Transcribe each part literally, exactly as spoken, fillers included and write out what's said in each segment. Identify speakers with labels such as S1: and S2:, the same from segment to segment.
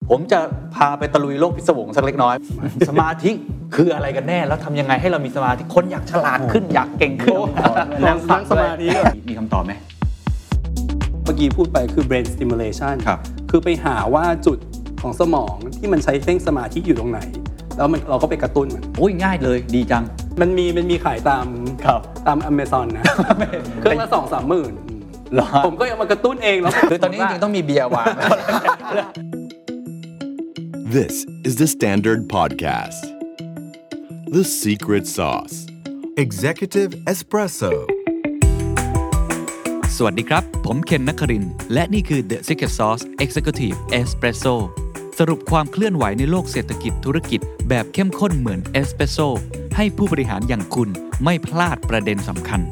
S1: ผมจะพาไปตะลุยโลกพิศวงสักเล็กน้อยสมาธิคืออะไรกันแน่แล้วทำยังไงให้เรามีสมาธิคนอยากฉลาดขึ้นอยากเก่งขึ้น
S2: นั่งฟังสมาธิ
S1: มีคำตอบไหม
S2: เมื่อกี้พูดไปคือ brain stimulation
S1: ครับ
S2: คือไปหาว่าจุดของสมองที่มันใช้เพ่งสมาธิอยู่ตรงไหนแล้วมันเราก็ไปกระตุ้นมัน
S1: โอ้ยง่ายเลยดีจัง
S2: มันมีมันมีขายตามตาม Amazon นะเครื่องละ สองถึงสาม หมื่นผมก็ยังมากระตุ้นเองแล้ว
S1: คือตอนนี้จริงๆต้องมีเบียร์วาง
S3: This is the Standard Podcast The Secret Sauce Executive Espresso
S4: สวัสดีครับผมเคนนครินทร์และนี่คือ The Secret Sauce Executive Espresso สรุปความเคลื่อนไหวในโลกเศรษฐกิจธุรกิจแบบเข้มข้นเหมือนเอสเปรสโซ่ให้ผู้บริหารอย่างคุณไม่พลาดประเด็นสำคัญ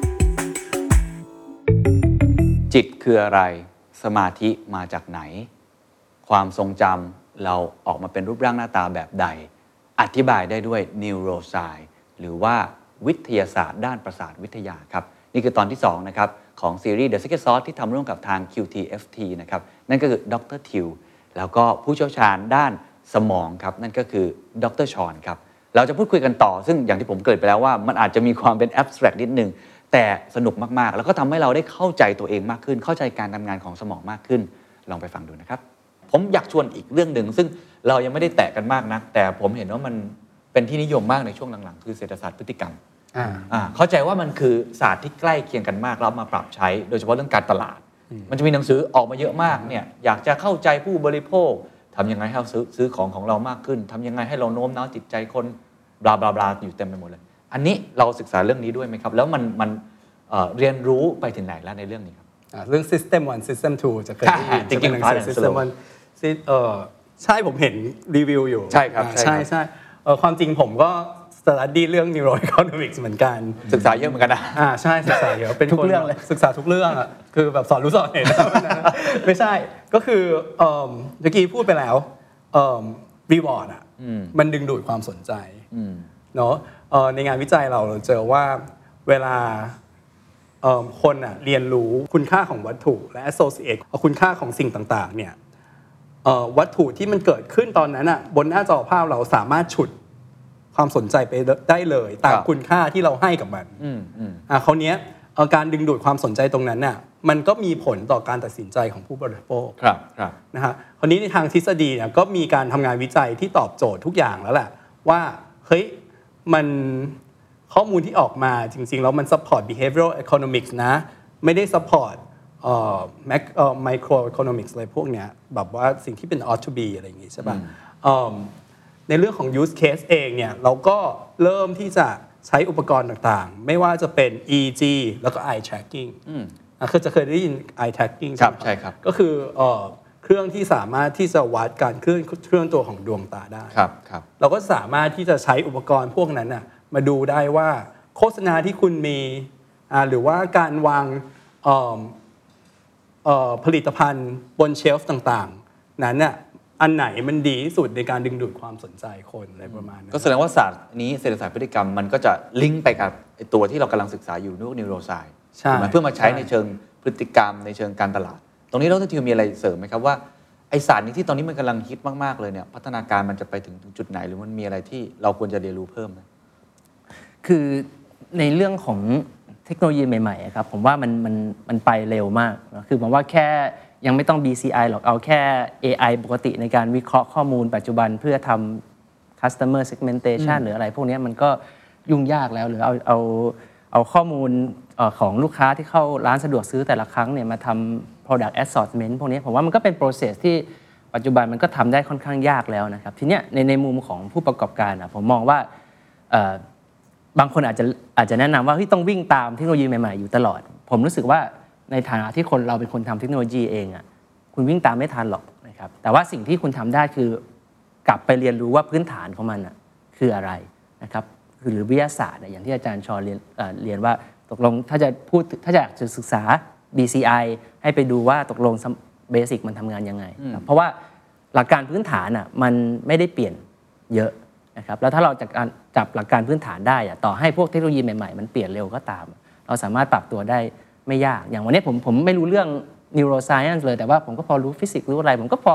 S1: จิตคืออะไรสมาธิมาจากไหนความทรงจำเราออกมาเป็นรูปร่างหน้าตาแบบใดอธิบายได้ด้วย Neuroscience หรือว่าวิทยาศาสตร์ด้านประสาทวิทยาครับนี่คือตอนที่สองนะครับของซีรีส์ The Secret Sauce ที่ทำร่วมกับทาง คิว ที เอฟ ที นะครับนั่นก็คือดรทิวแล้วก็ผู้เชี่ยวชาญด้านสมองครับนั่นก็คือดรชอนครับเราจะพูดคุยกันต่อซึ่งอย่างที่ผมเกริ่นไปแล้วว่ามันอาจจะมีความเป็น abstract นิดนึงแต่สนุกมากๆแล้วก็ทำให้เราได้เข้าใจตัวเองมากขึ้นเข้าใจการทำงานของสมองมากขึ้นลองไปฟังดูนะครับผมอยากชวนอีกเรื่องหนึ่งซึ่งเรายังไม่ได้แตะกันมากนักแต่ผมเห็นว่ามันเป็นที่นิยมมากในช่วงหลังๆคือเศรษฐศาสตร์พฤติกรรมอ่าเข้าใจว่ามันคือศาสตร์ที่ใกล้เคียงกันมากแล้วมาปรับใช้โดยเฉพาะเรื่องการตลาดมันจะมีหนังสือออกมาเยอะมากเนี่ยอยากจะเข้าใจผู้บริโภคทำยังไงให้เราซื้อซื้อของของเรามากขึ้นทำยังไงให้เราโน้มน้าวจิตใจคนบลาบลาบลาอยู่เต็มไปหมดเลยอันนี้เราศึกษาเรื่องนี้ด้วยไหมครับแล้วมันมันเอ่อเรียนรู้ไปถึงไหนแล้วในเรื่องนี้ครับ
S2: เรื่อง System วัน System ทูจะเคยได้ยิน
S1: จริงๆหนังสือ
S2: System วันเอ่อใช่ผมเห็นรีวิวอยู่
S1: ใช่ครับ
S2: ใช่ใช่เอ่อความจริงผมก็สตัดดี้เรื่อง neuroeconomics เหมือนกัน
S1: ศึกษาเยอะเหมือนกันนะ
S2: อ่าใช่ศึกษาเยอะเป็นทุกเรื่องเลยศึกษาทุกเรื่องอ่ะคือแบบสอนรู้สอนเห็นไม่ใช่ก็คือเอ่อเมื่อกี้พูดไปแล้วเอ่อ reward อ่ะมันดึงดูดความสนใจเนาะเอ่อในงานวิจัยเราเราเจอว่าเวลาเอ่อคนอ่ะเรียนรู้คุณค่าของวัตถุและ associate คุณค่าของสิ่งต่างๆเนี่ยเอ่อวัตถุที่มันเกิดขึ้นตอนนั้นอ่ะบนหน้าจอภาพเราสามารถฉุดความสนใจไปได้เลยตามคุณค่าที่เราให้กับมันอ่าคราวนี้การดึงดูดความสนใจตรงนั้นน่ะมันก็มีผลต่อการตัดสินใจของผู้บริโภค
S1: ครับครับ
S2: นะฮะคราวนี้ในทางทฤษฎีเนี่ยก็มีการทำงานวิจัยที่ตอบโจทย์ทุกอย่างแล้วแหละว่าเฮ้ยมันข้อมูลที่ออกมาจริงๆแล้วมัน support behavioral economics นะไม่ได้ support เอ่อ mac เอ่อ microeconomics อะไรพวกเนี้ยแบบว่าสิ่งที่เป็น ought to be อะไรอย่างงี้ใช่ป่ะในเรื่องของ use case เองเนี่ยเราก็เริ่มที่จะใช้อุปกรณ์ต่างๆไม่ว่าจะเป็น อี จี แล้วก็ eye tracking อ่ะคือจะเคยได้ยิน eye tracking
S1: ใช่ไหมใช่ครับ
S2: ก็คือเอ่อเครื่องที่สามารถที่จะวัดการเคลื่อนเคลื่อนตัวของดวงตาได้
S1: ครับครับ
S2: เราก็สามารถที่จะใช้อุปกรณ์พวกนั้นน่ะมาดูได้ว่าโฆษณาที่คุณมีอ่าหรือว่าการวางเอ่อเอ่อผลิตภัณฑ์บนเชลฟ์ต่างๆนั้นน่ะอันไหนมันดีที่สุดในการดึงดูดความสนใจคนอะไรประมาณนั้น
S1: ก็แสดงว่าศาสตร์นี้เศรษฐศาสตร์พฤติกรรมมันก็จะลิงก์ไปกับตัวที่เรากำลังศึกษาอยู่นิวโรไซน์เพื่อมาใช้ในเชิงพฤติกรรมในเชิงการตลาดตรงนี้ดร.ทิวมีอะไรเสริมไหมครับว่าไอศาสตร์นี้ที่ตอนนี้มันกำลังฮิตมากๆเลยเนี่ยพัฒนาการมันจะไปถึงจุดไหนหรือมันมีอะไรที่เราควรจะเรียนรู้เพิ่มไหม
S5: คือในเรื่องของเทคโนโลยีใหม่ๆครับผมว่ามันมันมันไปเร็วมากคือผมว่าแค่ยังไม่ต้อง บี ซี ไอ หรอกเอาแค่ เอ ไอ ปกติในการวิเคราะห์ข้อมูลปัจจุบันเพื่อทำ customer segmentation หรืออะไรพวกนี้มันก็ยุ่งยากแล้วหรือเอาเอาเอาข้อมูลของลูกค้าที่เข้าร้านสะดวกซื้อแต่ละครั้งเนี่ยมาทำ product assortment พวกนี้ผมว่ามันก็เป็น process ที่ปัจจุบันมันก็ทำได้ค่อนข้างยากแล้วนะครับทีเนี้ยในในมุมของผู้ประกอบการอ่ะผมมองว่าบางคนอาจจะอาจจะแนะนำว่าเฮ้ยต้องวิ่งตามเทคโนโลยีใหม่ๆอยู่ตลอดผมรู้สึกว่าในฐานะที่คนเราเป็นคนทำเทคโนโลยีเองอ่ะคุณวิ่งตามไม่ทันหรอกนะครับแต่ว่าสิ่งที่คุณทำได้คือกลับไปเรียนรู้ว่าพื้นฐานของมันอ่ะคืออะไรนะครับหรือวิทยาศาสตร์อย่างที่อาจารย์ชอเรียนเรียนว่าตกลงถ้าจะพูดถ้าอยากจะศึกษา บี ซี ไอ ให้ไปดูว่าตกลงเบสิกมันทำงานยังไงเพราะว่าหลักการพื้นฐานอ่ะมันไม่ได้เปลี่ยนเยอะนะครับแล้วถ้าเราจับจับหลักการพื้นฐานได้อ่ะต่อให้พวกเทคโนโลยีใหม่ๆมันเปลี่ยนเร็วก็ตามเราสามารถปรับตัวได้ไม่ยากอย่างวันนี้ผมผมไม่รู้เรื่อง neuroscience เลยแต่ว่าผมก็พอรู้ฟิสิกส์รู้อะไรผมก็พอ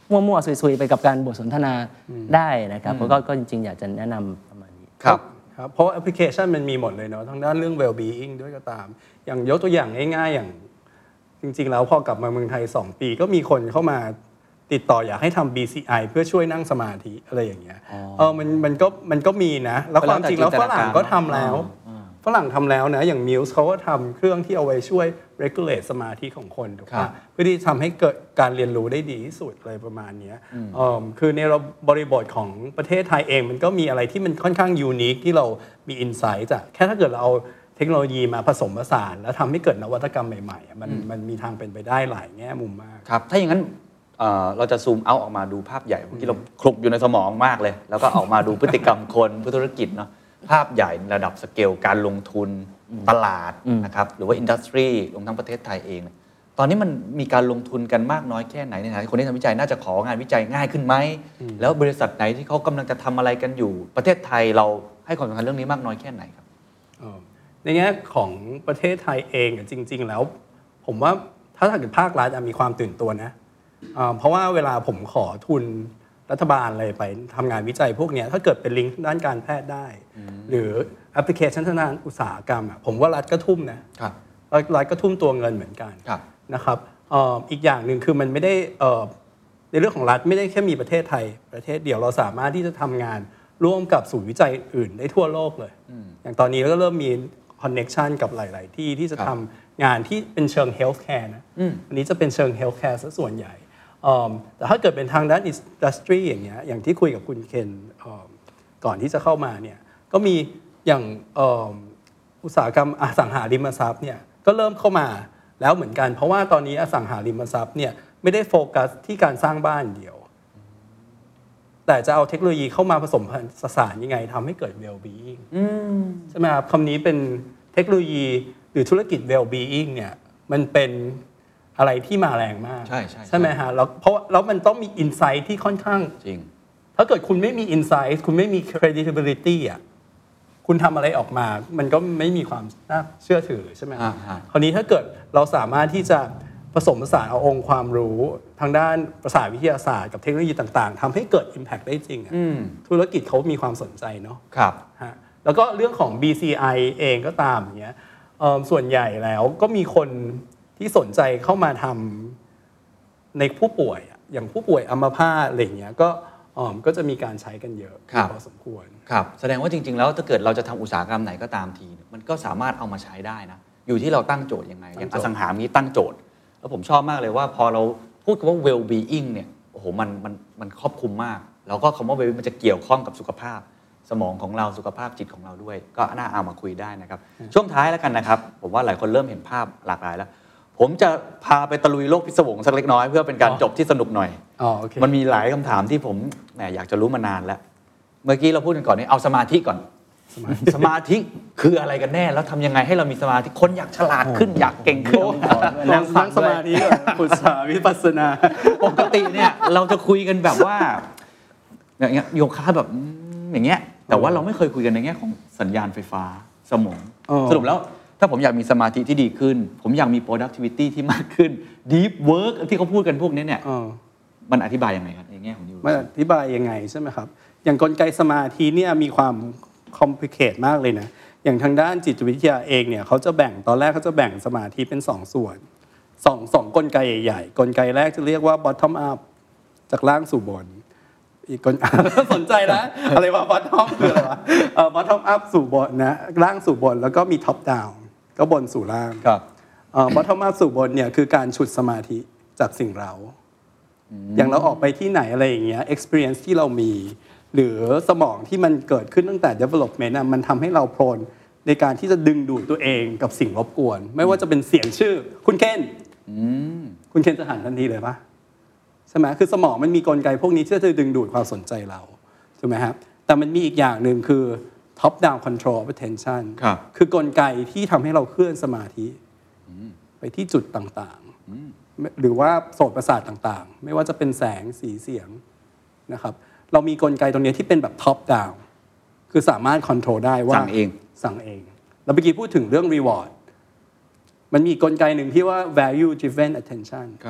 S5: มั่วๆซุยๆไปกับการบทสนทนาได้นะครับแล้วก็ก็จริงๆอยากจะแนะนำประมาณนี้
S1: ครับ
S2: ครับเพราะแอปพลิเคชันมันมีหมดเลยเนาะทั้งด้านเรื่อง well-being ด้วยก็ตามอย่างยกตัวอย่างง่ายๆอย่างจริงๆแล้วพอกลับมาเมืองไทยสองปีก็มีคนเข้ามาติดต่ออยากให้ทำ บี ซี ไอ เพื่อช่วยนั่งสมาธิอะไรอย่างเงี้ยเออมันมันก็มันก็มีนะแล้วความจริงแล้วฝรั่งก็ทำแล้วฝรั่งทำแล้วนะอย่าง Muse เขาก็ทำเครื่องที่เอาไว้ช่วย regulate สมาธิของคนถูกปะเพื่อที่ทำให้เกิดการเรียนรู้ได้ดีที่สุดอะไรประมาณนี้คือในบริบทของประเทศไทยเองมันก็มีอะไรที่มันค่อนข้างยูนิคที่เรามี insight อะแค่ถ้าเกิดเราเอาเทคโนโลยีมาผสมผสานแล้วทำให้เกิดนวัตกรรมใหม่ๆมันมันมีทางเป็นไปได้หลายแง่มุมมาก
S1: ครับถ้าอย่างนั้นเราจะซูมเอาออกมาดูภาพใหญ่เมื่อกี้เราคลุกอยู่ในสมองมากเลยแล้วก็ออกมาดูพฤติกรรมคนธุรกิจเนาะภาพใหญ่ระดับสเกลการลงทุนตลาดนะครับหรือว่าอินดัสทรีรวมทั้งประเทศไทยเองตอนนี้มันมีการลงทุนกันมากน้อยแค่ไหนในฐานะที่คนที่ทำวิจัยน่าจะของานวิจัยง่ายขึ้นไหมแล้วบริษัทไหนที่เขากำลังจะทำอะไรกันอยู่ประเทศไทยเราให้ความสำคัญเรื่องนี้มากน้อยแค่ไหนครับ
S2: ในแง่ของประเทศไทยเองจริงๆแล้วผมว่าถ้าถ้าเกิดภาครัฐมีความตื่นตัวนะเพราะว่าเวลาผมขอทุนรัฐบาลอะไรไปทำงานวิจัยพวกนี้ถ้าเกิดเป็นลิงก์ด้านการแพทย์ได้หรือแอปพลิเคชันทางด้านอุตสาหกรรมผมว่ารัฐก็ทุ่มนะรัฐก็ทุ่มตัวเงินเหมือนกันนะครับอีกอย่างหนึ่งคือมันไม่ได้ในเรื่องของรัฐไม่ได้แค่มีประเทศไทยประเทศเดียวเราสามารถที่จะทำงานร่วมกับศูนย์วิจัยอื่นได้ทั่วโลกเลยอย่างตอนนี้เราก็เริ่มมีคอนเน็กชันกับหลายๆที่ที่จะทำงานที่เป็นเชิงเฮลท์แคร์นะอันนี้จะเป็นเชิงเฮลท์แคร์ซะส่วนใหญ่แต่ถ้าเกิดเป็นทางด้านอินดัสทรีอย่างเงี้ยอย่างที่คุยกับคุณเคนก่อนที่จะเข้ามาเนี่ยก็มีอย่างอุตสาหกรรมอสังหาริมทรัพย์เนี่ยก็เริ่มเข้ามาแล้วเหมือนกันเพราะว่าตอนนี้อสังหาริมทรัพย์เนี่ยไม่ได้โฟกัสที่การสร้างบ้านเดียวแต่จะเอาเทคโนโลยีเข้ามาผสมผสานยังไงทำให้เกิด well-being ใช่ไหมครับคำนี้เป็นเทคโนโลยีหรือธุรกิจ well-being เนี่ยมันเป็นอะไรที่มาแรงมาก
S1: ใช่ใช่
S2: ใช่ไหมฮะแล้วเพราะแล้วมันต้องมีอินไซต์ที่ค่อนข้าง
S1: จริง
S2: ถ้าเกิดคุณไม่มีอินไซต์คุณไม่มี credibility อ่ะคุณทำอะไรออกมามันก็ไม่มีความน่าเชื่อถือใช่ไหมครับคราวนี้ถ้าเกิดเราสามารถที่จะผสมผสานเอาองค์ความรู้ทางด้านประสาทวิทยาศาสตร์กับเทคโนโลยีต่างๆทำให้เกิด impact ได้จริงธุรกิจเขามีความสนใจเนาะ
S1: ครับ
S2: ฮะแล้วก็เรื่องของ บี ซี ไอ เองก็ตามอย่างเงี้ยส่วนใหญ่แล้วก็มีคนที่สนใจเข้ามาทำในผู้ป่วยอย่างผู้ป่วยอัมพาตอะไรอย่างเงี้ยก็ก็จะมีการใช้กันเยอะพอสมควร
S1: ครับแสดงว่าจริงๆแล้วถ้าเกิดเราจะทำอุตสาหกรรมไหนก็ตามทีมันก็สามารถเอามาใช้ได้นะอยู่ที่เราตั้งโจทย์ยังไงอย่างอสังหานี้ตั้งโจทย์แล้วผมชอบมากเลยว่าพอเราพูดคำว่า well-being เนี่ยโอ้โหมันมันมันครอบคลุมมากแล้วก็คำว่า well-being มันจะเกี่ยวข้องกับสุขภาพสมองของเราสุขภาพจิตของเราด้วยก็น่าเอามาคุยได้นะครับช่วงท้ายแล้วกันนะครับผมว่าหลายคนเริ่มเห็นภาพหลากหลายแล้วผมจะพาไปตะลุยโลกพิศวงสักเล็กน้อยเพื่อเป็นการจบที่สนุกหน่อย
S2: อ๋อโอเค
S1: มันมีหลายคำถามที่ผมแหมอยากจะรู้มานานแล้วเมื่อกี้เราพูดกันก่อนนี่เอาสมาธิก่อนสมาธิคืออะไรกันแน่แล้วทำยังไงให้เรามีสมาธิคนอยากฉลาดขึ้นอยากเก่งขึ้น
S2: นั่งฟังสมาธิก่อนปรึกษาวิปัสสนา
S1: ปกติเนี่ยเราจะคุยกันแบบว่าอย่างเงี้ยโยคะแบบอย่างเงี้ยแต่ว่าเราไม่เคยคุยกันในแง่ของสัญญาณไฟฟ้าสมองสรุปแล้วถ้าผมอยากมีสมาธิที่ดีขึ้นผมอยากมี productivity ที่มากขึ้น deep work ที่เขาพูดกันพวกนี้เนี่ยมันอธิบายยังไงครับในแง่ของนิว
S2: มันอธิบายยังไงใช่ไหมครับอย่างกลไกสมาธิเนี่ยมีความ complicated มากเลยนะอย่างทางด้านจิตวิทยาเองเนี่ยเขาจะแบ่งตอนแรกเขาจะแบ่งสมาธิเป็นสองส่วนสองสองกลไกใหญ่ๆกลไกแรกจะเรียกว่า bottom up จากล่างสู่บนอีกคนสนใจนะอะไรว่า bottom คืออะไรวะเอ่อ bottom up สู่บนนะล่างสู่บนแล้วก็มี top down ก็บนสู่ล่าง
S1: ครับ
S2: เอ่อ bottom up สู่บนเนี่ยคือการฉุดสมาธิจากสิ่งเราอย่างเราออกไปที่ไหนอะไรอย่างเงี้ย experience ที่เรามีหรือสมองที่มันเกิดขึ้นตั้งแต่ development น่ะมันทำให้เราโพลนในการที่จะดึงดูดตัวเองกับสิ่งรบกวนไม่ว่าจะเป็นเสียงชื่อคุณเคนคุณเคนจะหันทันทีเลยปะใช่ไหมคือสมองมันมีกลไกพวกนี้ที่จะดึงดูดความสนใจเราถูกไหมครับแต่มันมีอีกอย่างหนึ่งคือ top down control of attention คือกลไกที่ทำให้เราเคลื่อนสมาธิไปที่จุดต่างๆหรือว่าโสตประสาทต่างๆไม่ว่าจะเป็นแสงสีเสียงนะครับเรามีกลไกตรงนี้ที่เป็นแบบ top down คือสามารถ control ได้ว่า
S1: สั่งเอง
S2: สั่งเองแล้วเมื่อกี้พูดถึงเรื่อง reward มันมีกลไกหนึ่งที่ว่า value driven attention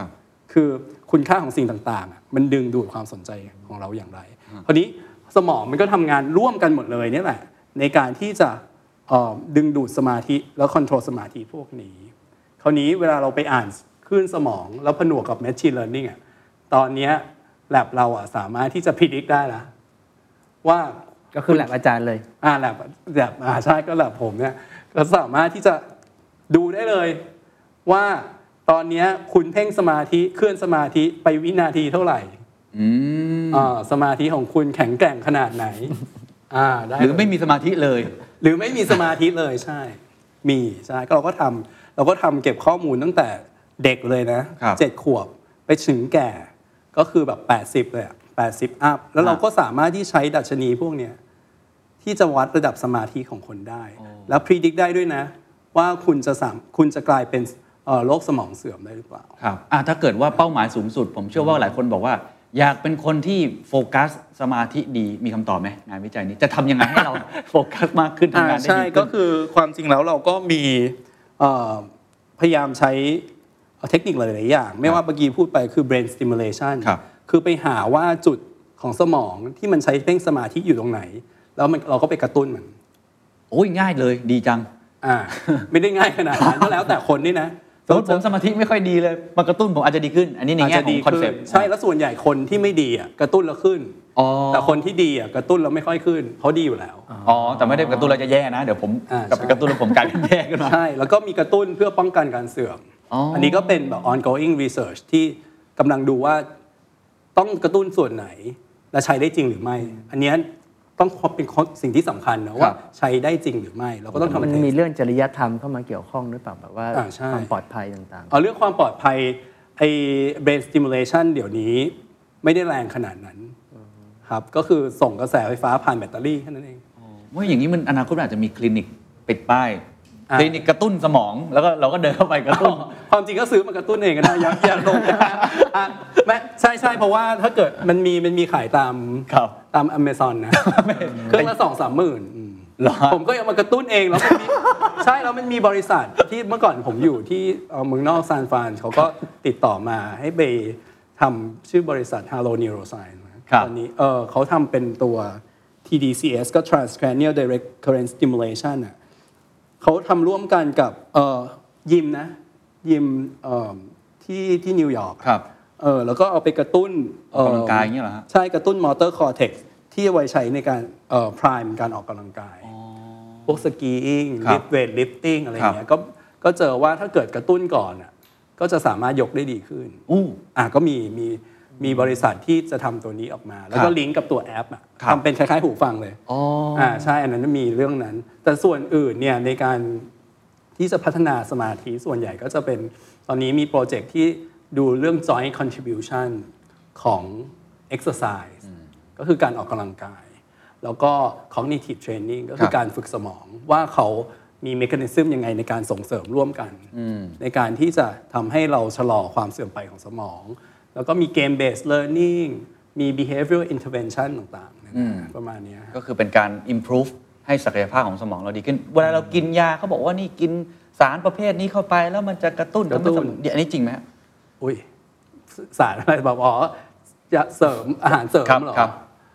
S2: คือคุณค่าของสิ่งต่างๆมันดึงดูดความสนใจของเราอย่างไรคราวนี้สมองมันก็ทำงานร่วมกันหมดเลยนี่แหละในการที่จะดึงดูดสมาธิแล้วคอนโทรลสมาธิพวกนี้คราวนี้เวลาเราไปอ่านคลื่นสมองแล้วผนวกกับ Machine Learning อ่ะตอนนี้แลบเราอ่ะสามารถที่จะพิจิตรได้แล้วว่า
S5: ก็คือแลบอาจารย์เลย
S2: อ่าแลบแลบอ่าใช่ก็แลบผมเนี่ยก็สามารถที่จะดูได้เลยว่าตอนนี้คุณเพ่งสมาธิเคลื่อนสมาธิไปวินาทีเท่าไหร่อ่าสมาธิของคุณแข็งแกร่งขนาดไหนอ่าได้
S1: หรือไม่มีสมาธิเลย
S2: หรือไม่มีสมาธิเลยใช่มีใช่ก็เราก็ทำเราก็ทำเก็บข้อมูลตั้งแต่เด็กเลยนะเจ็ดขวบไปถึงแก่ก็คือแบบแปดสิบเลยอ่ะแปดสิบอัพแล้วเราก็สามารถที่ใช้ดัชนีพวกเนี้ยที่จะวัดระดับสมาธิของคนได้แล้วพิจิตรได้ด้วยนะว่าคุณจะสามคุณจะกลายเป็นโรคสมองเสื่อมได้หรือเปล่า
S1: ครับอ่ะถ้าเกิดว่าเป้าหมายสูงสุดผมเชื่อว่าหลายคนบอกว่าอยากเป็นคนที่โฟกัสสมาธิดีมีคำตอบไหมงานวิจัยนี้จะทำยังไงให้เราโฟกัสมากขึ้นทำงานได้ดี
S2: ใช่ก็คือความจริงแล้วเราก็มีพยายามใช้เทคนิคหลายๆอย่างไม่ว่าเมื่อกี้พูดไปคือ brain stimulation คือไปหาว่าจุดของสมองที่มันใช้เพ่งสมาธิอยู่ตรงไหนแล้วมันเราก็ไปกระตุ้นมัน
S1: โอ้ยง่ายเลยดีจัง
S2: อ่าไม่ได้ง่ายขนาดนั้นก็แล้วแต่คนนี่นะ
S1: สมมติผมสมาธิไม่ค่อยดีเลยมากระตุ้นผมอาจจะดีขึ้นอันนี้ในแง่ของคอนเซ็ปต์
S2: ใช่แล้วส่วนใหญ่คนที่ไม่ดีอ่ะกระตุ้นแล้วขึ้นแต่คนที่ดีอ่ะกระตุ้นแล้วไม่ค่อยขึ้นเขาดีอยู่แล้ว
S1: อ๋อแต่ไม่ได้กระตุ้นแล้วจะแย่นะเดี๋ยวผมกลับไปกระตุ้นแล้วผมกลายเป็นแย่ขึ้นมา
S2: ใช่แล้วก็มีกระตุ้นเพื่อป้องกันการเสื่อมอันนี้ก็เป็นแบบ ongoing research ที่กำลังดูว่าต้องกระตุ้นส่วนไหนและใช้ได้จริงหรือไม่อันนี้ต้องเป็นสิ่งที่สำคัญนะว่าใช้ได้จริงหรือไม่เราก็ต้องทำ
S5: มันมีเรื่องจริยธรรมเข้ามาเกี่ยวข้องหรือเปล่าแบบว่าความปลอดภัยต่างๆ
S2: เอาเรื่องความปลอดภัยไอ้ brain stimulation เดี๋ยวนี้ไม่ได้แรงขนาดนั้นครับก็คือส่งกระแสไฟฟ้าผ่านแบตเตอรี่แค่นั้นเอง
S1: ว่าอย่างนี้มันอนาคตอาจจะมีคลินิกปิดป้ายคลินิกกระตุ้นสมองแล้วก็เราก็เดินเข้าไปกระตุ้น
S2: ความจริงก็ซื้อมากระตุ้นเองก็ได้ยักยันลงแม่ใช่ใช่เพราะว่าถ้าเกิดมันมีมันมีขายตามตาม Amazon นะเครื่องละ สองถึงสาม หมื่นผมก็ยังมากระตุ้นเองแล้วมันมีใช่แล้วมันมีบริษัทที่เมื่อก่อนผมอยู่ที่เมืองนอกซานฟรานเขาก็ติดต่อมาให้ไปทำชื่อบริษัท Halo Neuroscience ตอนนี้เออเขาทำเป็นตัว ที ดี ซี เอส ก็ Transcranial Direct Current Stimulation อ่ะเขาทำร่วมกันกับยิมนะยิมที่ที่นิวยอร์กเออแล้วก็เอาไปกระตุ้น
S1: ออกกำลังกายอย่างเงี้ยเหรอฮะ
S2: ใช่กระตุ้นมอเตอร์คอร์เทกซ์ที่ไว้ใช้ในการเอ่อพรายการออกกำลังกายพวกสกีอิงลิฟเวทลิฟติ้งอะไรอย่างเงี้ยก็ก็เจอว่าถ้าเกิดกระตุ้นก่อนอ่ะก็จะสามารถยกได้ดีขึ้น
S1: อู้
S2: อ่ะก็มีมีมีบริษัทที่จะทำตัวนี้ออกมาแล้วก็ลิงก์กับตัวแอปอ่ะทำเป็นคล้ายๆหูฟังเลย
S1: อ๋อ
S2: อ่าใช่อันนั้นมีเรื่องนั้นแต่ส่วนอื่นเนี่ยในการที่จะพัฒนาสมาธิส่วนใหญ่ก็จะเป็นตอนนี้มีโปรเจกต์ที่ดูเรื่อง joint contribution ของ exercise ก็คือการออกกำลังกายแล้วก็ cognitive training ก็คือการฝึกสมองว่าเขามีเมคานิซึมยังไงในการส่งเสริมร่วมกันในการที่จะทำให้เราชะลอความเสื่อมไปของสมองแล้วก็มี game based learning มี behavioral intervention ต่างๆประมาณนี้
S1: ก็คือเป็นการ improve ให้ศักยภาพของสมองเราดีขึ้นเวลาเรากินยาเขาบอกว่านี่กินสารประเภทนี้เข้าไปแล้วมันจะกระตุ้น
S2: กระตุ้น
S1: อันนี้จริงไหม
S2: อุ้ยสารอะไรแบบอ๋อจะเสริมอาหารเสริมเหรอครับ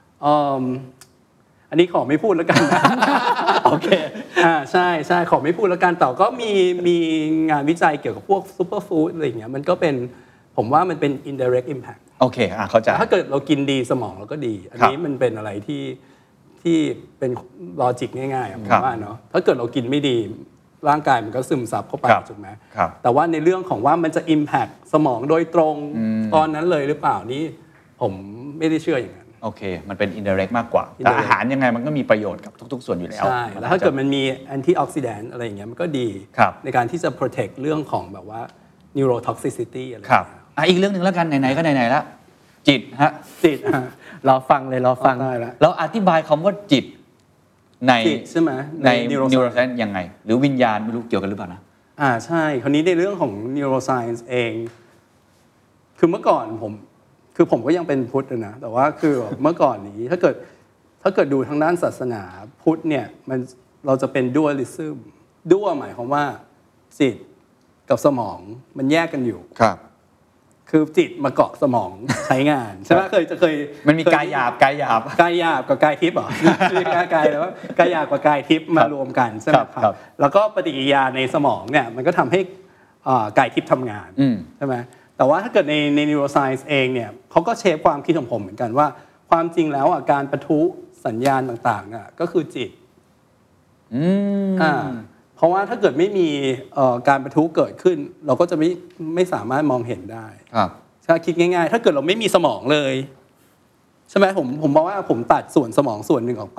S2: อันนี้ขอไม่พูดแล้วกัน
S1: โอเค
S2: อ่าใช่ใช่ขอไม่พูดแล้วกันแต่ก็มีมีงานวิจัยเกี่ยวกับพวกซูเปอร์ฟู้ดอะไรอย่างเงี้ยมันก็เป็นผมว่ามันเป็น indirect impact
S1: โอเคอ่ะเข้าใจ
S2: ถ้าเกิดเรากินดีสมองเราก็ดีอันนี้มันเป็นอะไรที่ที่เป็นลอจิกง่ายๆผมว่าเนาะถ้าเกิดเรากินไม่ดีร่างกายมันก็ซึมซับเข้าไปถูกไหมแต่ว่าในเรื่องของว่ามันจะ impact สมองโดยตรงตอนนั้นเลยหรือเปล่านี่ผมไม่ได้เชื่ออย่างนั้น
S1: โอเคมันเป็น indirect มากกว่าแต่อาหารยังไงมันก็มีประโยชน์กับทุกๆส่วนอยู่แล้ว
S2: ใช่แล้วถ้าเกิดมันมี antioxidant อะไรอย่างเงี้ยมันก็ดีในการที่จะ protect เรื่องของแบบว่า neurotoxicity อะไร
S1: ครับอ่ะอีกเรื่องนึงแล้วกันไหนๆก็ไหนๆแล้วจิตฮะ
S2: จิต
S5: รอฟังเลยรอฟัง
S1: แล้วอธิบายคำว่าจิตใน
S2: ใช่ไหม
S1: ใน neuroscience ยังไงหรือวิญญาณไม่รู้เกี่ยวกันหรือเปล่านะ
S2: อ่าใช่คราวนี้ในเรื่องของ neuroscience เองคือเมื่อก่อนผมคือผมก็ยังเป็นพุทธนะแต่ว่าคือเมื่อก่อนนี้ถ้าเกิดถ้าเกิดดูทางด้านศาสนาพุทธเนี่ยมันเราจะเป็น dualism dualหมายความว่าจิตกับสมองมันแยกกันอยู่
S1: ครับ
S2: คือจิตมาเกาะสมองใช้งานใช่ไหมเคยจะเคย
S1: มันมีกายหยาบกายหยาบ
S2: กายหยาบกับกายทิพย์เหรอ คือกายกายแล้วกายหยาบกับกายทิพย์มารวมกันใช่ไหม
S1: ครับ
S2: ค
S1: ครั
S2: รับบ แล้วก็ปฏิกิริยาในสมองเนี่ยมันก็ทำให้อ่ากายทิพย์ทำงาน
S1: อืม
S2: ใช่ไหมแต่ว่าถ้าเกิดในใน neuroscience เองเนี่ยเขาก็เชฟความคิดของผมเหมือนกันว่าความจริงแล้วอ่ะการปะทุสัญญาณต่างๆอ่ะก็คือจิต
S1: อืม
S2: อ่าเพราะว่าถ้าเกิดไม่มีเอ่อการปะทุเกิดขึ้น เราก็จะไม่ไม่สามารถมองเห็นได้
S1: ครับ
S2: ถ้าคิดง่ายๆ ถ้าเกิดเราไม่มีสมองเลยใช่ไหมผมผมบอกว่าผมตัดส่วนสมองส่วนหนึ่งออกไป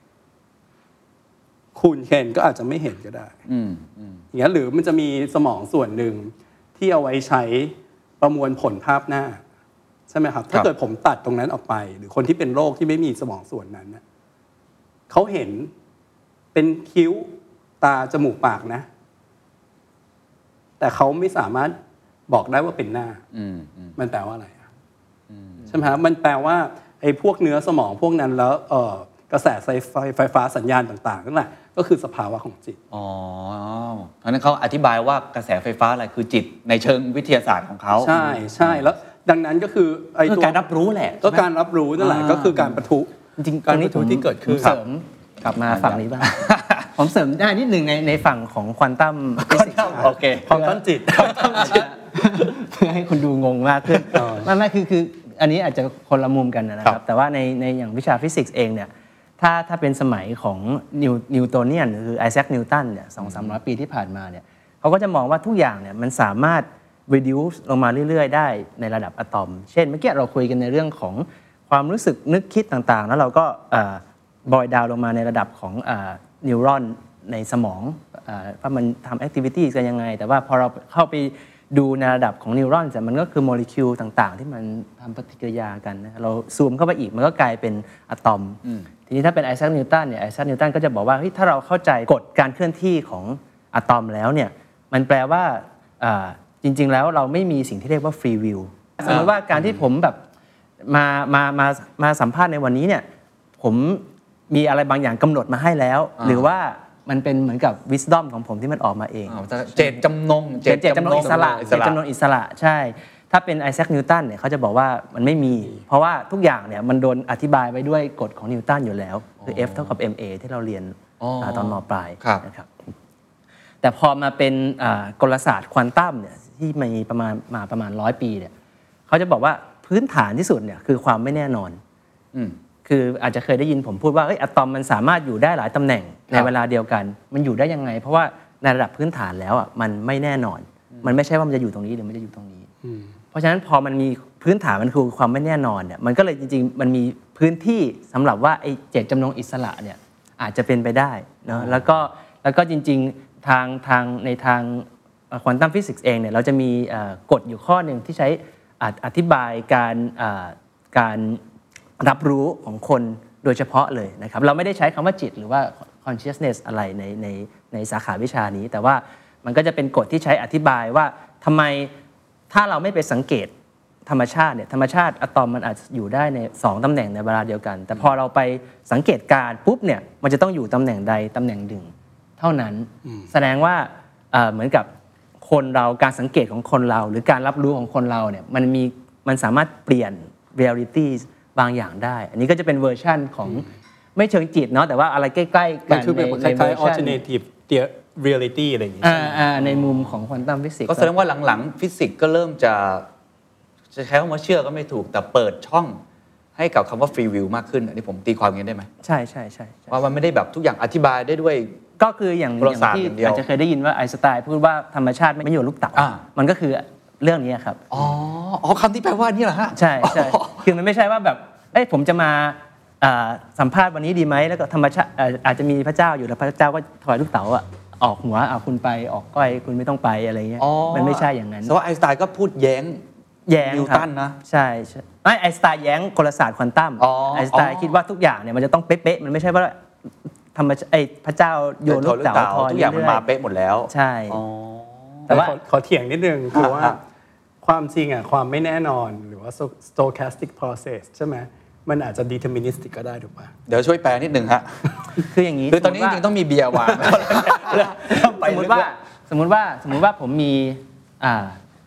S2: คุณเคนก็อาจจะไม่เห็นก็ได้
S1: อืมอืม
S2: อย่างนี้ยหรือมันจะมีสมองส่วนหนึ่งที่เอาไว้ใช้ประมวลผลภาพหน้าใช่ไหมครับ ถ้าเกิดผมตัดตรงนั้นออกไป หรือคนที่เป็นโรคที่ไม่มีสมองส่วนนั้นนะเขาเห็นเป็นคิ้วตาจมูกปากนะ แต่เขาไม่สามารถบอกได้ว่าเป็นหน้า
S1: อืมอืม
S2: มันแปลว่าอะไรอ่ะใช่ไหมครับมันแปลว่าไอ้พวกเนื้อสมองพวกนั้นแล้วเอ่อกระแสไฟไฟฟ้าสัญญาณต่างๆนั่นแหละก็คือสภาวะของจิต
S1: อ๋อเพราะฉะนั้นเขาอธิบายว่ากระแสไฟฟ้าอะไรคือจิตในเชิงวิทยาศาสตร์ของเขา
S2: ใช่ใช่แล้วดังนั้นก็คือไอ้
S1: คือ
S2: ตัว
S1: การรับรู้แหละ
S2: ก็การรับรู้นั่นแหละ
S1: อ่า
S2: ก็คือการปะทุ
S5: จริงๆ
S2: การ
S5: ตรงนี้
S2: ปะทุที่เกิดขึ้น
S5: ผมเสริมกลับมาฝั่งนี้บ้าง ผมเสริมได้นิดหนึ่งในในฝั่งของควอนตัมฟิสิกส์
S1: โอเค
S2: ความต้นจิต
S5: เพื่อให้คนดูงงมากขึ้น
S2: อ๋อ
S5: ไม่ไม่คือคืออันนี้อาจจะคนละมุมกันนะค
S1: ครั
S5: รับ
S1: บ
S5: แต่ว่าในในอย่างวิชาฟิสิกส์เองเนี่ยถ้าถ้าเป็นสมัยของนิวนิวโตเนียนคือไอแซคนิวตันเนี่ยสองสามร้อยปีที่ผ่านมาเนี่ยเขาก็จะมองว่าทุกอย่างเนี่ยมันสามารถ reduce ลงมาเรื่อยๆ ได้ในระดับอะตอม เช่นเมื่อกี้เราคุยกันในเรื่องของความรู้สึกนึกคิดต่างๆ แล้วเราก็บอยดาวลงมาในระดับของนิวรอนในสมองเอ่อว่ามันทำแอคทิวิตี้กันยังไง แต่ว่าพอเราเข้าไปดูในระดับของนิวรอนแต่มันก็คือโมเลกุลต่างๆ ที่มันทำปฏิกิริยากันนะเราซูมเข้าไปอีกมันก็กลายเป็นอะตอม ทีนี้ถ้าเป็นไอแซคนิวตันเนี่ยไอแซคนิวตันก็จะบอกว่าเฮ้ยถ้าเราเข้าใจกฎการเคลื่อนที่ของอะตอมแล้วเนี่ยมันแปลว่าอ่าจริงๆแล้วเราไม่มีสิ่งที่เรียกว่าฟรีวิลสมมติว่าการที่ผมแบบมามามามาสัมภาษณ์ในวันนี้เนี่ยผมมีอะไรบางอย่างกำหนดมาให้แล้ว หรือว่ามันเป็นเหมือนกับ wisdom ของผมที่มันออกมาเอง
S1: อ้าวเจตจำนง
S5: เจตจำนงอิสระเจตจำนงอิสระใช่ ถ้าเป็นไอแซคนิวตันเนี่ยเขาจะบอกว่ามันไม่มี เพราะว่าทุกอย่างเนี่ยมันโดนอธิบายไว้ด้วยกฎของนิวตันอยู่แล้ว คือ F เท่ากับ เอ็ม เอ ที่เราเรียน
S1: อ๋อ
S5: ตอนม.ปลาย
S1: ครับ
S5: นะครับแต่พอมาเป็นอ่ากลศาสตร์ควอนตัมเนี่ยที่มีประมาณมาประมาณร้อยปีเนี่ยเขาจะบอกว่าพื้นฐานที่สุดเนี่ยคือความไม่แน่นอน
S1: อืม
S5: คืออาจจะเคยได้ยินผมพูดว่าเอ้ยอะตอมมันสามารถอยู่ได้หลายตำแหน่งในเวลาเดียวกัน มันอยู่ได้ยังไง เพราะว่าในระดับพื้นฐานแล้วอ่ะมันไม่แน่นอน มันไม่ใช่ว่ามันจะอยู่ตรงนี้หรือมันจะอยู่ตรงนี้ เพราะฉะนั้นพอมันมีพื้นฐานมันคือความไม่แน่นอนเนี่ยมันก็เลยจริงๆมันมีพื้นที่สำหรับว่าไอ้เจตจำนงอิสระเนี่ยอาจจะเป็นไปได้เนาะแล้วก็แล้วก็จริงๆทางทางในทางควอนตัมฟิสิกส์เองเนี่ยเราจะมีเอ่อกฎอยู่ข้อหนึ่งที่ใช้ออธิบายการเอ่อการรับรู้ของคนโดยเฉพาะเลยนะครับเราไม่ได้ใช้คำว่าจิตหรือว่า consciousness อะไรในในในสาขาวิชานี้ แต่ว่ามันก็จะเป็นกฎที่ใช้อธิบายว่าทำไมถ้าเราไม่ไปสังเกตธรรมชาติเนี่ยธรรมชาติอะตอมมันอาจจะอยู่ได้ในสองตำแหน่งในเวลาเดียวกัน แต่พอเราไปสังเกตการปุ๊บเนี่ยมันจะต้องอยู่ตำแหน่งใดตำแหน่งหนึ่งเท่านั้น แสดงว่าเอ่อเหมือนกับคนเราการสังเกตของคนเรา หรือการรับรู้ของคนเราเนี่ยมันมีมันสามารถเปลี่ยน reality บางอย่างได้ อันนี้ก็จะเป็นเวอร์ชั่นของไม่เชิงจิตเนาะแต่ว่าอะไรใกล้ๆกั
S2: มัน
S5: น
S2: คือเป็นค
S5: ใน
S2: ล้าย
S5: เวอ
S2: ๆ
S5: ร์ชัน
S2: alternative reality อะไรอย่างงี้
S5: อ่าอ่าในมุมของควอนตัมฟิสิกส์
S1: ก็แสดงว่าหลังๆฟิสิกส์ก็เริ่มจะจะใช้คำว่าเชื่อก็ไม่ถูกแต่เปิดช่องให้กับคำว่าฟรีวิลมากขึ้นอันนี้ผมตีความอย่างนี้ได้ไหม
S5: ใช่ใช่ใช่ใช่
S1: ว่ามันไม่ได้แบบทุกอย่างอธิบายได้ด้วย
S5: ก็คืออย่าง
S1: ประวัติศาสตร์
S5: ที่
S1: อย่างเดียว
S5: อาจจะเคยได้ยินว่าไอน์สไตน์พูดว่าธรรมชาติไม่อยู่ลูกเต๋า
S1: อ่า
S5: มันก็คือเรื่องนี้ครับ
S1: อ๋ออ๋อคำที่แปลว่านี่เหรอฮะ
S5: ใช่ใช่คือมันไม่ใช่ว่าแบบเอ้ยผมจะมาอ่าสัมภาษณ์วันนี้ดีไหมแล้วก็ธรรมชาติอ่าอาจจะมีพระเจ้าอยู่แล้วพระเจ้าก็ถอยลูกเต๋าอ่ะออกหัวเอาคุณไปออกก้อยคุณไม่ต้องไปอะไรเงี้ย
S1: อ๋อ
S5: มันไม่ใช่อย่างนั้น
S1: แต่ว่าไอน์สไตน์ก็พูดแย้ง
S5: แย้ง
S1: นิว
S5: ครับ
S1: ตันนะ
S5: ใช่ใช่ไม่ไอน์สไตน์แย้งกลศาสตร์ควอนตัม
S1: อ๋อ
S5: ไอน์สไตน์คิดว่าทุกอย่างเนี่ยมันจะต้องเป๊ะๆมันไม่ใช่ว่าธรรมชาติไอพระเจ้าโยนลูกเต๋าทอย
S1: ทุกอย่างมัน
S5: เรื่
S1: มา
S5: อย
S1: เป๊ะหมดแล้ว
S5: ๆใช่
S1: อ๋อ
S2: แต่ว่าขอขอเถียงนิดนึงคือว่า
S1: อ่ะ
S2: ความจริงอ่ะความไม่แน่นอนหรือว่า stochastic process ใช่ไหมมันอาจจะ deterministic ก็ได้ถูกป่ะ
S1: เดี๋ยวช่วยแปลนิดนึงฮะ
S5: คืออย่างนี้
S1: คือตอนนี้จริงๆต้องมีเบียร์วาง
S5: สมมติว่าสมมติว่าสมมติว่าผมมีอ่า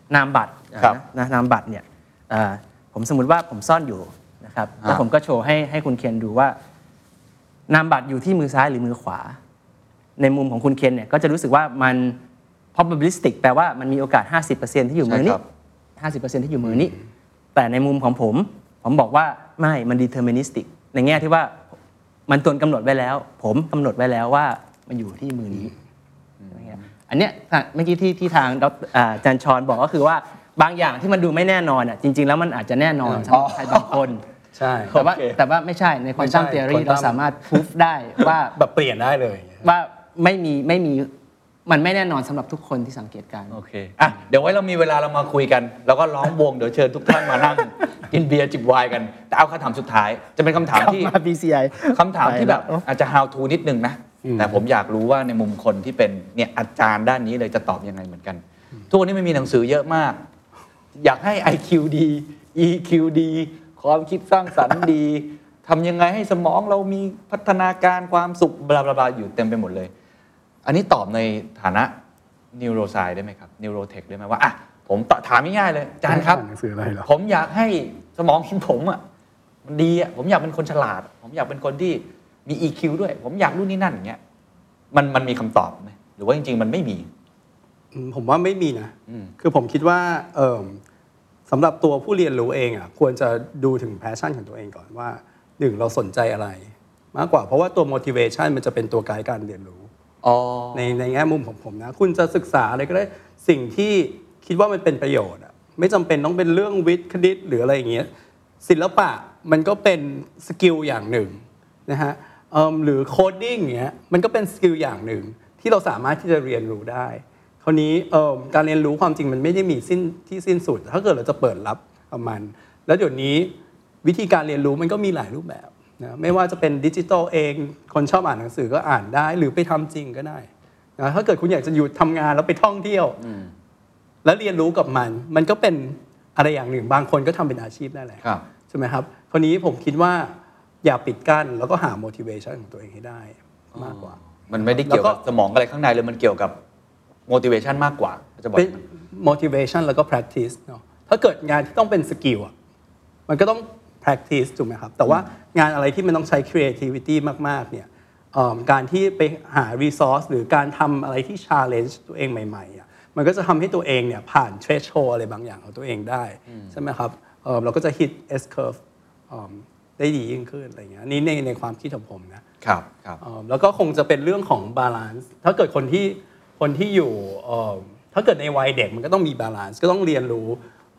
S5: นามบัตรนะนามบัตรเนี่ยผมสมมติว่าผมซ่อนอยู่นะครับแล้วผมก็โชว์ให้ให้คุณเคนดูว่านามบัตรอยู่ที่มือซ้ายหรือมือขวาในมุมของคุณเคนเนี่ยก็จะรู้สึกว่ามัน probabilistic แปลว่ามันมีโอกาส ห้าสิบเปอร์เซ็นต์ ที่อยู่มือนี้ ห้าสิบเปอร์เซ็นต์ ที่อยู่มือนี้แต่ในมุมของผมผมบอกว่าไม่มัน deterministic ในแง่ที่ว่ามันตนกำหนดไว้แล้วผมกำหนดไว้แล้วว่ามันอยู่ที่มือนี้อันเนี้ยเมื่อกี้ที่ที่ทางดรอาจารย์ชรบอกก็คือว่าบางอย่างที่มันดูไม่แน่นอนอ่ะจริงๆแล้วมันอาจจะแน่นอนสำหรับใครบางคน
S2: ใช่
S5: แต่ว่าแต่ว่าไม่ใช่ในควอนตัมทีออรีเราสามารถพิสูจได้ว่า
S2: แบบเปลี่ยนได้เลย
S5: ว่าไม่มีไม่มีมันไม่แน่นอนสำหรับทุกคนที่สังเกตการ
S1: โอเคอ่ะเดี๋ยวไว้เรามีเวลาเรามาคุยกันแล้วก็ล้อมวงเดี๋ยวเชิญทุกท่านมานั่งกินเบียร์จิบไวน์กันแต่เอาคำถามสุดท้ายจะเป็นคำถามที่
S5: บี ซี ไอ
S1: คำถามที่แบบอาจจะ how to นิดนึงนะแต่ผมอยากรู้ว่าในมุมคนที่เป็นเนี่ยอาจารย์ด้านนี้เลยจะตอบยังไงเหมือนกันทุกวันนี้มันมีหนังสือเยอะมากอยากให้ ไอ คิว ดี อี คิว ดี ความคิดสร้างสรรค์ดีทำยังไงให้สมองเรามีพัฒนาการความสุขบลาบลาอยู่เต็มไปหมดเลยอันนี้ตอบในฐานะ neuroscience ได้ไหมครับ neurotech ได้ไหมว่าอ่ะผมถามง่ายๆเลยอาจารย์ครับผมอยากให้สมองของผมอ่ะมันดีอ่ะผมอยากเป็นคนฉลาดผมอยากเป็นคนที่มี อี คิว ด้วยผมอยากรู้นี่นั่นอย่างเงี้ยมันมันมีคำตอบไหมหรือว่าจริงๆมันไม่มี
S2: ผมว่าไม่มีนะคือผมคิดว่าเอ่อสำหรับตัวผู้เรียนรู้เองอ่ะควรจะดูถึงแพชชั่นของตัวเองก่อนว่าหนึ่งเราสนใจอะไรมากกว่าเพราะว่าตัว motivation มันจะเป็นตัวไกด์การเรียนรู้ในในแง่มุมของผมนะคุณจะศึกษาอะไรก็ได้สิ่งที่คิดว่ามันเป็นประโยชน์อ่ะไม่จำเป็นต้องเป็นเรื่องวิทย์คณิตหรืออะไรอย่างเงี้ยศิลปะมันก็เป็นสกิลอย่างหนึ่งนะฮะหรือโคดดิ้งอย่างเงี้ยมันก็เป็นสกิลอย่างหนึ่งที่เราสามารถที่จะเรียนรู้ได้คราวนี้การเรียนรู้ความจริงมันไม่ได้มีสิ้นที่สิ้นสุดถ้าเกิดเราจะเปิดรับกับมันแล้วเดี๋ยวนี้วิธีการเรียนรู้มันก็มีหลายรูปแบบนะไม่ว่าจะเป็นดิจิทัลเองคนชอบอ่านหนังสือก็อ่านได้หรือไปทำจริงก็ได้นะถ้าเกิดคุณอยากจะหยุดทำงานแล้วไปท่องเที่ยวแล้วเรียนรู้กับมันมันก็เป็นอะไรอย่างหนึ่งบางคนก็ทำเป็นอาชีพได้แหละใช่ไหมครับคราวนี้ผมคิดว่าอย่าปิดกั้นแล้วก็หา motivation ของตัวเองให้ได้มากกว่า
S1: มันไม่ได้เกี่ยวกับสมองอะไรข้างในเลยมันเกี่ยวกับ motivation มากกว่าจะบอก
S2: motivation แล้วก็ practice เนาะถ้าเกิดงานที่ต้องเป็นสกิลอ่ะมันก็ต้อง practice ถูกไหมครับแต่ว่างานอะไรที่มันต้องใช้ creativity มากๆเนี่ยการที่ไปหา resource หรือการทำอะไรที่ challenge ตัวเองใหม่ๆอ่ะมันก็จะทำให้ตัวเองเนี่ยผ่าน threshold อะไรบางอย่างของตัวเองได้ใช่ไหมครับเราก็จะ hit S curve ได้ดียิ่งขึ้นอะไรเงี้ยนี่ในในความคิดของผมนะครับครับแล้วก็คงจะเป็นเรื่องของ balance ถ้าเกิดคนที่คนที่อยู่ถ้าเกิดในวัยเด็กมันก็ต้องมี balance ก็ต้องเรียนรู้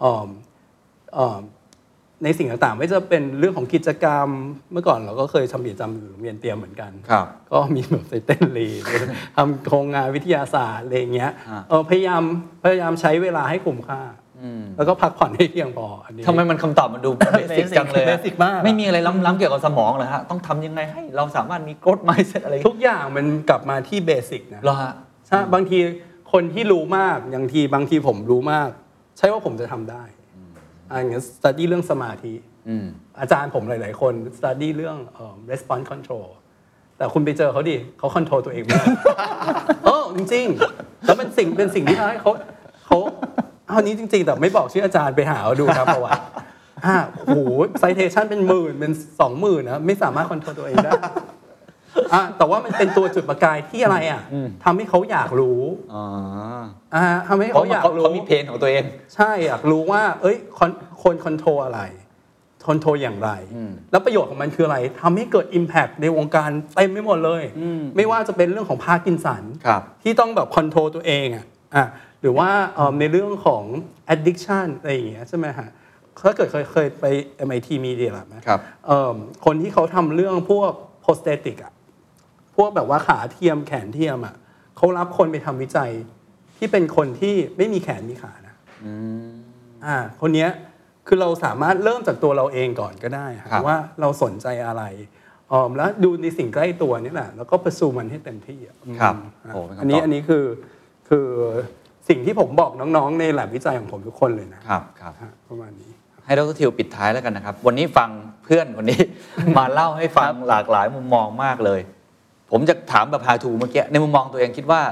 S2: ในสิ่งต่างๆไม่ว่าจะเป็นเรื่องของกิจกรรมเมื่อก่อนเราก็เคยทำกิจกรรมโรงเรียนเตรียมเหมือนกันก็มีแบบเต้นรีทำโครงงานวิทยาศาสตร์อะไรอย่างเงี้ยพยายามพยายามใช้เวลาให้คุ้มค่าแล้วก็พักผ่อนให้เพียงพออันนี้
S1: ทำไมมันคำตอบมันดูเบสิกจังเลย
S2: เบสิกมาก
S1: ไม่มีอะไรล้ำๆเกี่ยวกับสมองเลยฮะต้องทำยังไงให้เราสามารถมี growth mindset อะไร
S2: ทุกอย่างมันกลับมาที่เบสิกนะ
S1: เหรอฮะ
S2: ใช่บางทีคนที่รู้มากอย่างทีบางทีผมรู้มากใช่ว่าผมจะทำได้อ่าอย่างเงี้ย study เรื่องสมาธิอาจารย์ผมหลายๆคน study เรื่อง response control แต่คุณไปเจอเขาดิเขา control ตัวเองไม่ได้เออจริงๆแล้วเป็นสิ่งเป็นสิ่งที่ทำให้เขาเขาเอานี้จริงๆแต่ไม่บอกชื่ออาจารย์ไปหาดูครับประวัติอ่าโอ้โห citation เป็นหมื่นเป็นสองหมื่นนะไม่สามารถ control ตัวเองได้อ่ะแต่ว่ามันเป็นตัวจุดประกายที่อะไรอ่ะทำให้เขาอยากรู้
S1: อ๋อ
S2: อ่าทำให้เขาอยากรู้
S1: เขามีเพนของตัวเอง
S2: ใช่อยากรู้ว่าเอ้ยคนคอนโทรลอะไรคอนโทรลอย่างไรแล้วประโยชน์ของมันคืออะไรทำให้เกิด impact ในวงการเต็มไปหมดเลยไม่ว่าจะเป็นเรื่องของพาร์กินสันที่ต้องแบบคอนโทรลตัวเองอ่ะอ่ะหรือว่าในเรื่องของ addiction อะไรอย่างเงี้ยใช่ไหมฮะถ้าเกิดเคยเคยไป เอ็ม ไอ ที Media Lab ไหมครับคนที่เขาทำเรื่องพวก prosthetic อ่ะพวกแบบว่าขาเทียมแขนเทียมอ่ะเขารับคนไปทำวิจัยที่เป็นคนที่ไม่มีแขนมีขานะอ่าคนเนี้ยคือเราสามารถเริ่มจากตัวเราเองก่อนก็ได้ว่าเราสนใจอะไรอ๋อแล้วดูในสิ่งใกล้ตัวนี่แหละแล้วก็ประสูมันให้เต็มที่
S1: ครับ
S2: อันนี้อันนี้คือคือสิ่งที่ผมบอกน้องๆในแลบวิจัยของผมทุกคนเลยนะครับ
S1: ครับ
S2: ประมาณนี้
S1: ให้ดร.ทิวปิดท้ายแล้วกันนะครับวันนี้ฟังเพื่อนคนนี้ มาเล่าให้ฟังหลากหลายมุมมองมากเลยผมจะถามแบบ how to เมื่อกี้ในมุมมองตัวเองคิดว่าเนี่ยทำไม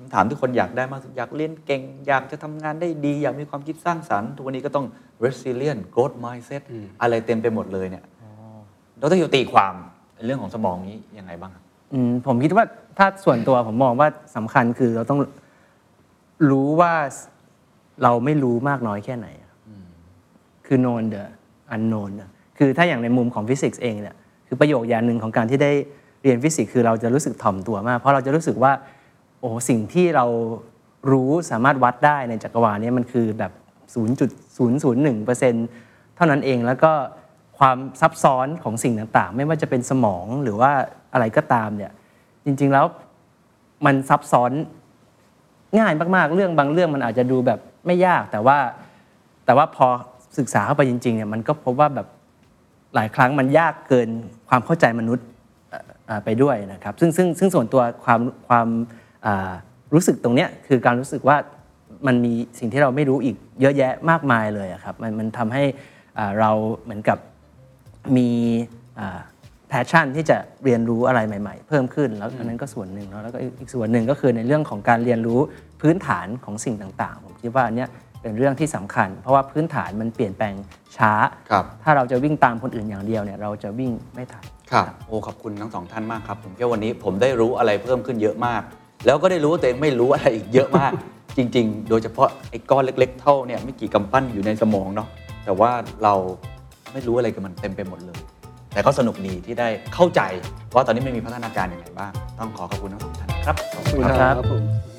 S1: ำถามที่คนอยากได้มากอยากเรียนเก่งอยากจะทำงานได้ดีอยากมีความคิดสร้างสรรค์ทุกวันนี้ก็ต้อง resilient growth mindset อะไรเต็มไปหมดเลยเนี่ยดร.ยูตีความเรื่องของสมองนี้ยังไงบ้างครับ
S5: อืมผมคิดว่าถ้าส่วนตัวผมมองว่าสำคัญคือเราต้องรู้ว่าเราไม่รู้มากน้อยแค่ไหนคือ known the unknown คือถ้าอย่างในมุมของฟิสิกส์เองเนี่ยคือประโยชน์อย่างหนึ่งของการที่ได้เรียนฟิสิกส์คือเราจะรู้สึกถ่อมตัวมากเพราะเราจะรู้สึกว่าโอ้สิ่งที่เรารู้สามารถวัดได้ในจักรวาลนี้มันคือแบบ ศูนย์จุดศูนย์ศูนย์หนึ่งเปอร์เซ็นต์ เท่านั้นเองแล้วก็ความซับซ้อนของสิ่งต่างๆไม่ว่าจะเป็นสมองหรือว่าอะไรก็ตามเนี่ยจริงๆแล้วมันซับซ้อนง่ายมากๆเรื่องบางเรื่องมันอาจจะดูแบบไม่ยากแต่ว่าแต่ว่าพอศึกษาเข้าไปจริงๆเนี่ยมันก็พบว่าแบบหลายครั้งมันยากเกินความเข้าใจมนุษย์ไปด้วยนะครับซึ่งซึ่งซึ่งส่วนตัวความความรู้สึกตรงเนี้ยคือการรู้สึกว่ามันมีสิ่งที่เราไม่รู้อีกเยอะแยะมากมายเลยครับมันมันทำให้เราเหมือนกับมีแพชชั่นที่จะเรียนรู้อะไรใหม่ๆเพิ่มขึ้นแล้วอันนั้นก็ส่วนหนึ่งแล้วก็อีกส่วนหนึ่งก็คือในเรื่องของการเรียนรู้พื้นฐานของสิ่งต่างๆผมคิดว่าอันเนี้ยเป็นเรื่องที่สำคัญเพราะว่าพื้นฐานมันเปลี่ยนแปลงช้าถ้าเราจะวิ่งตามคนอื่นอย่างเดียวเนี่ยเราจะวิ่งไม่ทัน
S1: ครับโอ้ขอบคุณทั้งสองท่านมากครับผมเชื่อวันนี้ผมได้รู้อะไรเพิ่มขึ้นเยอะมากแล้วก็ได้รู้ว่าตัวเองไม่รู้อะไรอีกเยอะมาก จริงๆโดยเฉพาะไอ้ก้อนเล็กๆเท่าเนี่ยไม่กี่กำปั้นอยู่ในสมองเนาะแต่ว่าเราไม่รู้อะไรกับมันเต็มไปหมดเลยแต่ก็สนุกดีที่ได้เข้าใจว่าตอนนี้มันมีพัฒนาการยังไงบ้างต้องขอขอบคุณทั้งสองท่านครับ
S2: ขอบคุณครับ